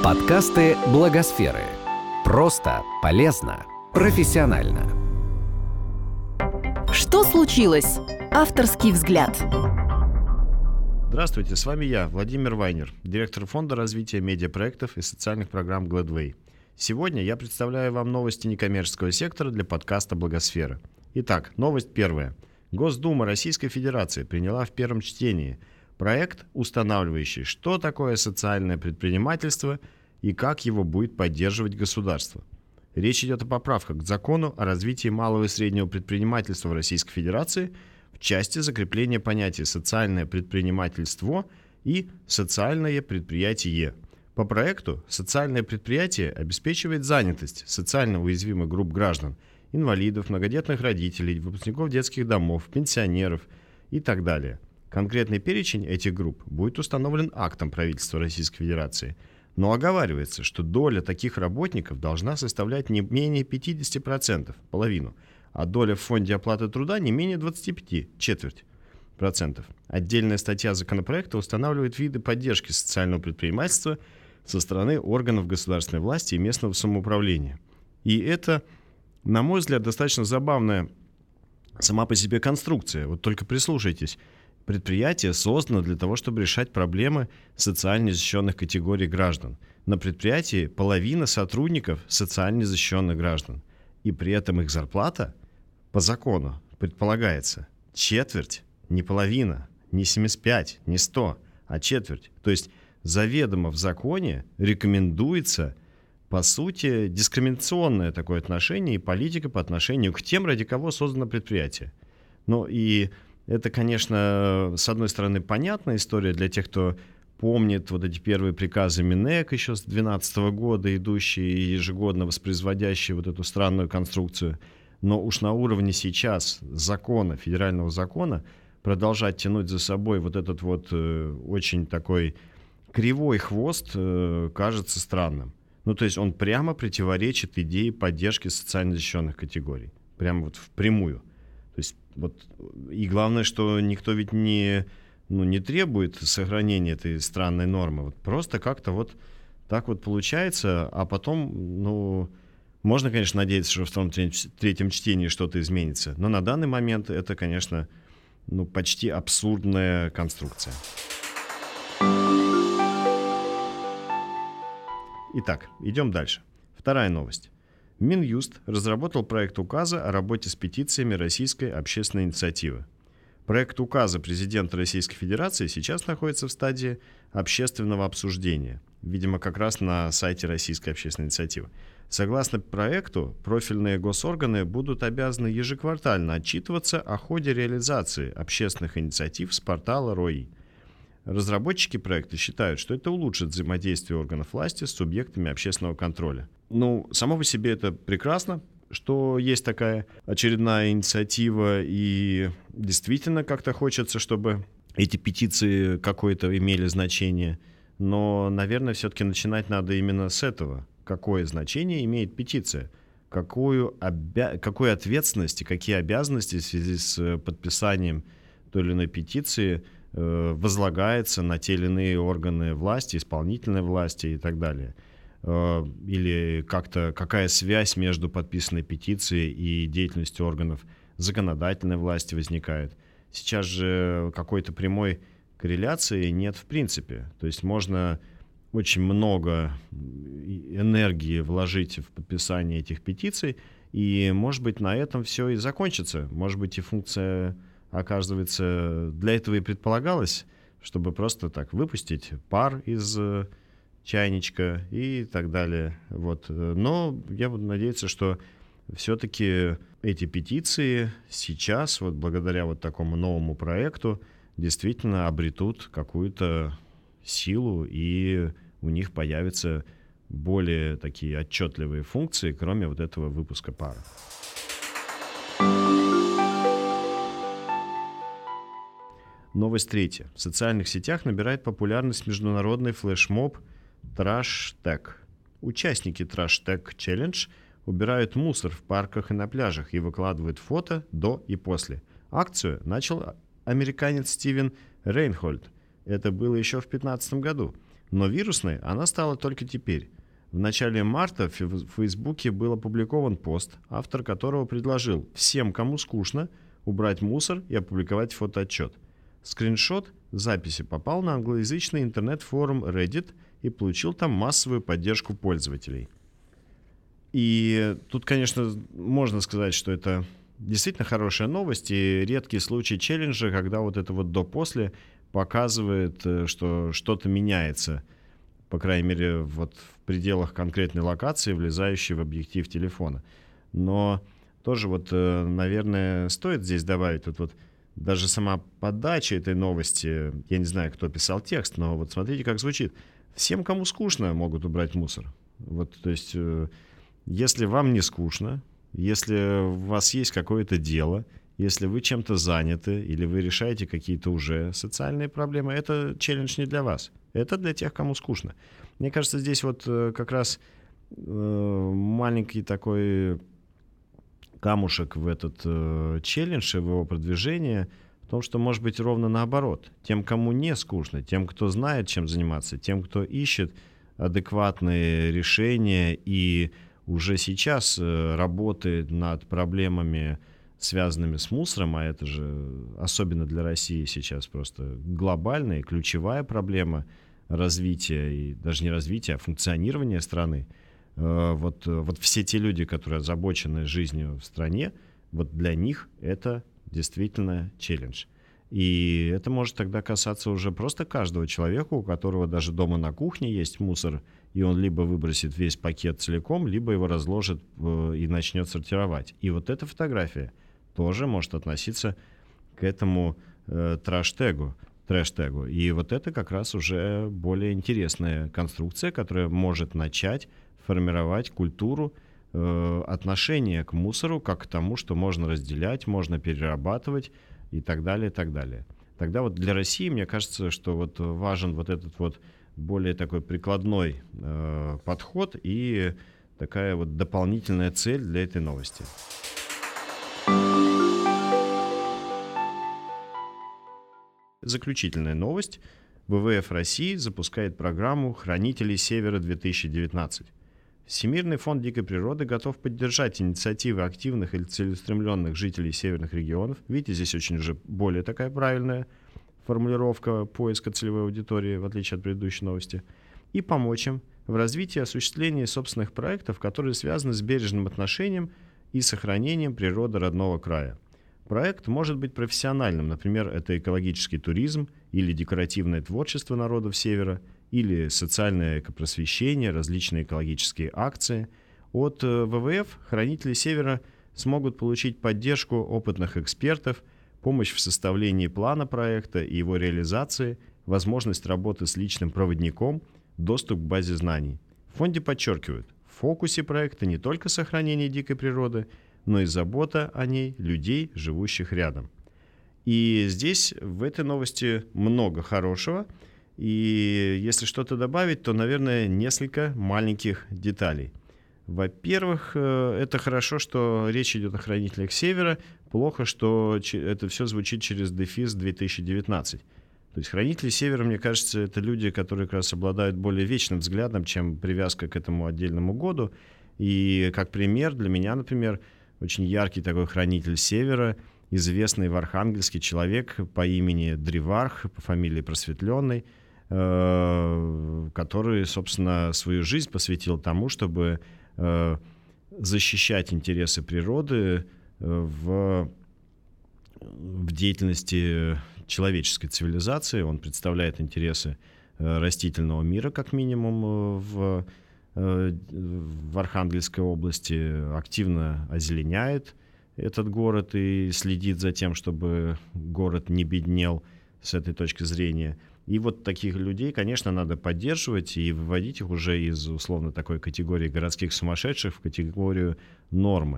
Подкасты Благосферы. Просто, полезно, профессионально. Что случилось? Авторский взгляд. Здравствуйте, с вами я, Владимир Вайнер, директор фонда развития медиапроектов и социальных программ Gladway. Сегодня я представляю вам новости некоммерческого сектора для подкаста «Благосфера». Итак, новость первая. Госдума Российской Федерации приняла в первом чтении проект, устанавливающий, что такое социальное предпринимательство и как его будет поддерживать государство. Речь идет о поправках к закону о развитии малого и среднего предпринимательства в Российской Федерации в части закрепления понятий «социальное предпринимательство» и «социальное предприятие». По проекту социальное предприятие обеспечивает занятость социально уязвимых групп граждан, инвалидов, многодетных родителей, выпускников детских домов, пенсионеров и так далее. Конкретный перечень этих групп будет установлен актом правительства Российской Федерации, но оговаривается, что доля таких работников должна составлять не менее 50%, половину, а доля в фонде оплаты труда не менее 25%, четверть процентов. Отдельная статья законопроекта устанавливает виды поддержки социального предпринимательства со стороны органов государственной власти и местного самоуправления. И это, на мой взгляд, достаточно забавная сама по себе конструкция. Вот только прислушайтесь. Предприятие создано для того, чтобы решать проблемы социально защищенных категорий граждан. На предприятии половина сотрудников социально защищенных граждан. И при этом их зарплата по закону предполагается четверть, не половина, не 75, не 100, а четверть. То есть заведомо в законе рекомендуется, по сути, дискриминационное такое отношение и политика по отношению к тем, ради кого создано предприятие. Ну и это, конечно, с одной стороны, понятная история для тех, кто помнит вот эти первые приказы Минэк еще с 2012 года, идущие и ежегодно воспроизводящие вот эту странную конструкцию. Но уж на уровне сейчас закона, федерального закона, продолжать тянуть за собой вот этот вот очень такой кривой хвост кажется странным. Ну, то есть он прямо противоречит идее поддержки социально защищенных категорий. Прямо вот впрямую. То есть вот, и главное, что никто ведь не требует сохранения этой странной нормы. Вот просто как-то вот так вот получается, а потом, можно, конечно, надеяться, что в втором, третьем чтении что-то изменится. Но на данный момент это, конечно, почти абсурдная конструкция. Итак, идем дальше. Вторая новость. Минюст разработал проект указа о работе с петициями Российской общественной инициативы. Проект указа президента Российской Федерации сейчас находится в стадии общественного обсуждения, видимо, как раз на сайте Российской общественной инициативы. Согласно проекту, профильные госорганы будут обязаны ежеквартально отчитываться о ходе реализации общественных инициатив с портала РОИ. Разработчики проекта считают, что это улучшит взаимодействие органов власти с субъектами общественного контроля. Само по себе это прекрасно, что есть такая очередная инициатива, и действительно как-то хочется, чтобы эти петиции какое-то имели значение. Но, наверное, все-таки начинать надо именно с этого. Какое значение имеет петиция? Какую ответственность и какие обязанности в связи с подписанием той или иной петиции возлагается на те или иные органы власти, исполнительной власти и так далее. Или как-то какая связь между подписанной петицией и деятельностью органов законодательной власти возникает. Сейчас же какой-то прямой корреляции нет в принципе. То есть можно очень много энергии вложить в подписание этих петиций, и, может быть, на этом все и закончится. Может быть, и функция, оказывается, для этого и предполагалась, чтобы просто так выпустить пар из чайничка и так далее. Вот. Но я буду надеяться, что все-таки эти петиции сейчас, вот благодаря вот такому новому проекту, действительно обретут какую-то силу, и у них появятся более такие отчетливые функции, кроме вот этого выпуска пара. Новость третья. В социальных сетях набирает популярность международный флешмоб TrashTag. Участники TrashTag Challenge убирают мусор в парках и на пляжах и выкладывают фото до и после. Акцию начал американец Стивен Рейнхольд. Это было еще в 2015 году. Но вирусной она стала только теперь. В начале марта в Фейсбуке был опубликован пост, автор которого предложил всем, кому скучно, убрать мусор и опубликовать фотоотчет. Скриншот записи попал на англоязычный интернет-форум Reddit и получил там массовую поддержку пользователей. И тут, конечно, можно сказать, что это действительно хорошая новость и редкий случай челленджа, когда вот это вот до-после показывает, что что-то меняется, по крайней мере, вот в пределах конкретной локации, влезающей в объектив телефона. Но тоже вот, наверное, стоит здесь добавить, вот даже сама подача этой новости, я не знаю, кто писал текст, но вот смотрите, как звучит. Всем, кому скучно, могут убрать мусор. Вот, то есть, если вам не скучно, если у вас есть какое-то дело, если вы чем-то заняты или вы решаете какие-то уже социальные проблемы, это челлендж не для вас. Это для тех, кому скучно. Мне кажется, здесь вот как раз маленький такой камушек в этот челлендж и в его продвижение в том, что может быть ровно наоборот. Тем, кому не скучно, тем, кто знает, чем заниматься, тем, кто ищет адекватные решения и уже сейчас работает над проблемами, связанными с мусором, а это же особенно для России сейчас просто глобальная, ключевая проблема развития, и даже не развития, а функционирования страны. Вот все те люди, которые озабочены жизнью в стране, вот для них это действительно челлендж. И это может тогда касаться уже просто каждого человека, у которого даже дома на кухне есть мусор, и он либо выбросит весь пакет целиком, либо его разложит и начнет сортировать. И вот эта фотография тоже может относиться к этому трэш-тегу. И вот это как раз уже более интересная конструкция, которая может начать формировать культуру отношения к мусору, как к тому, что можно разделять, можно перерабатывать и так далее, и так далее. Тогда вот для России, мне кажется, что вот важен вот этот вот более такой прикладной подход и такая вот дополнительная цель для этой новости. Заключительная новость. ВВФ России запускает программу «Хранители Севера-2019». Всемирный фонд дикой природы готов поддержать инициативы активных или целеустремленных жителей северных регионов. Видите, здесь очень уже более такая правильная формулировка поиска целевой аудитории, в отличие от предыдущей новости, и помочь им в развитии и осуществлении собственных проектов, которые связаны с бережным отношением и сохранением природы родного края. Проект может быть профессиональным, например, это экологический туризм или декоративное творчество народов Севера, или социальное экопросвещение, различные экологические акции. От ВВФ хранители Севера смогут получить поддержку опытных экспертов, помощь в составлении плана проекта и его реализации, возможность работы с личным проводником, доступ к базе знаний. В фонде подчеркивают, в фокусе проекта не только сохранение дикой природы, но и забота о ней людей, живущих рядом. И здесь в этой новости много хорошего. И если что-то добавить, то, наверное, несколько маленьких деталей. Во-первых, это хорошо, что речь идет о хранителях Севера. Плохо, что это все звучит через дефис 2019. То есть хранители Севера, мне кажется, это люди, которые как раз обладают более вечным взглядом, чем привязка к этому отдельному году. И как пример, для меня, например, очень яркий такой хранитель Севера, известный в Архангельске человек по имени Древарх, по фамилии Просветленный, который, собственно, свою жизнь посвятил тому, чтобы защищать интересы природы в деятельности человеческой цивилизации. Он представляет интересы растительного мира, как минимум, в Архангельской области, активно озеленяет этот город и следит за тем, чтобы город не беднел с этой точки зрения. И вот таких людей, конечно, надо поддерживать и выводить их уже из условно такой категории городских сумасшедших в категорию нормы.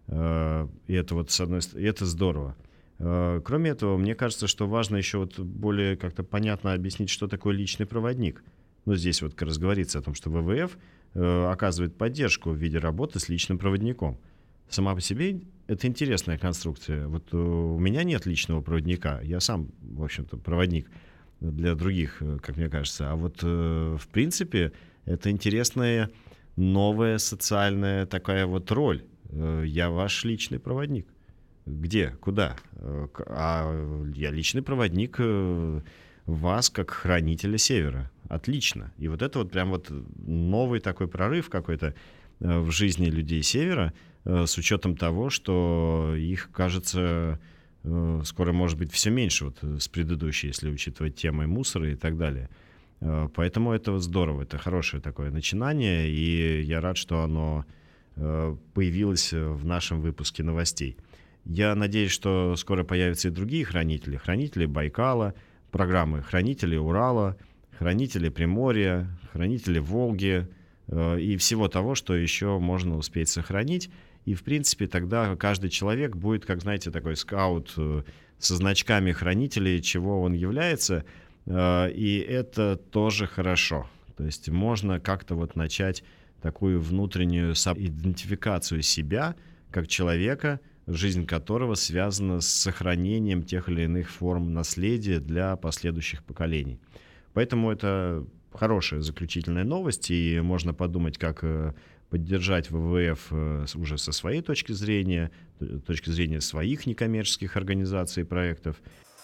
И это вот с одной стороны, это здорово. Кроме этого, мне кажется, что важно еще вот более как-то понятно объяснить, что такое личный проводник. Ну, здесь вот как раз говорится о том, что ВВФ оказывает поддержку в виде работы с личным проводником. Сама по себе это интересная конструкция. Вот у меня нет личного проводника, я сам, в общем-то, проводник. для других, как мне кажется. А вот, в принципе, это интересная новая социальная такая вот роль. Я ваш личный проводник. Где? Куда? А я личный проводник вас как хранителя Севера. Отлично. И вот это вот прям вот новый такой прорыв какой-то в жизни людей Севера, с учетом того, что их, кажется, скоро может быть все меньше вот с предыдущей, если учитывать темы мусора и так далее. Поэтому это вот здорово, это хорошее такое начинание, и я рад, что оно появилось в нашем выпуске новостей. Я надеюсь, что скоро появятся и другие хранители. Хранители Байкала, программы хранители Урала, хранители Приморья, хранители Волги и всего того, что еще можно успеть сохранить. И, в принципе, тогда каждый человек будет, как, знаете, такой скаут со значками хранителей, чего он является. И это тоже хорошо. То есть можно как-то вот начать такую внутреннюю идентификацию себя как человека, жизнь которого связана с сохранением тех или иных форм наследия для последующих поколений. Поэтому это хорошая заключительная новость, и можно подумать, как поддержать ВВФ уже со своей точки зрения своих некоммерческих организаций и проектов.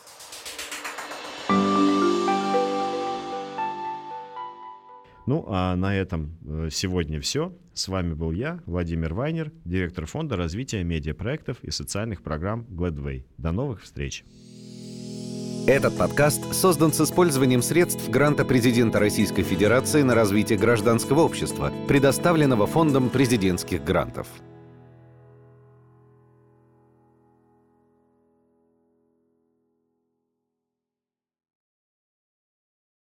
Ну, а на этом сегодня все. С вами был я, Владимир Вайнер, директор фонда развития медиапроектов и социальных программ Gladway. До новых встреч! Этот подкаст создан с использованием средств гранта президента Российской Федерации на развитие гражданского общества, предоставленного Фондом президентских грантов.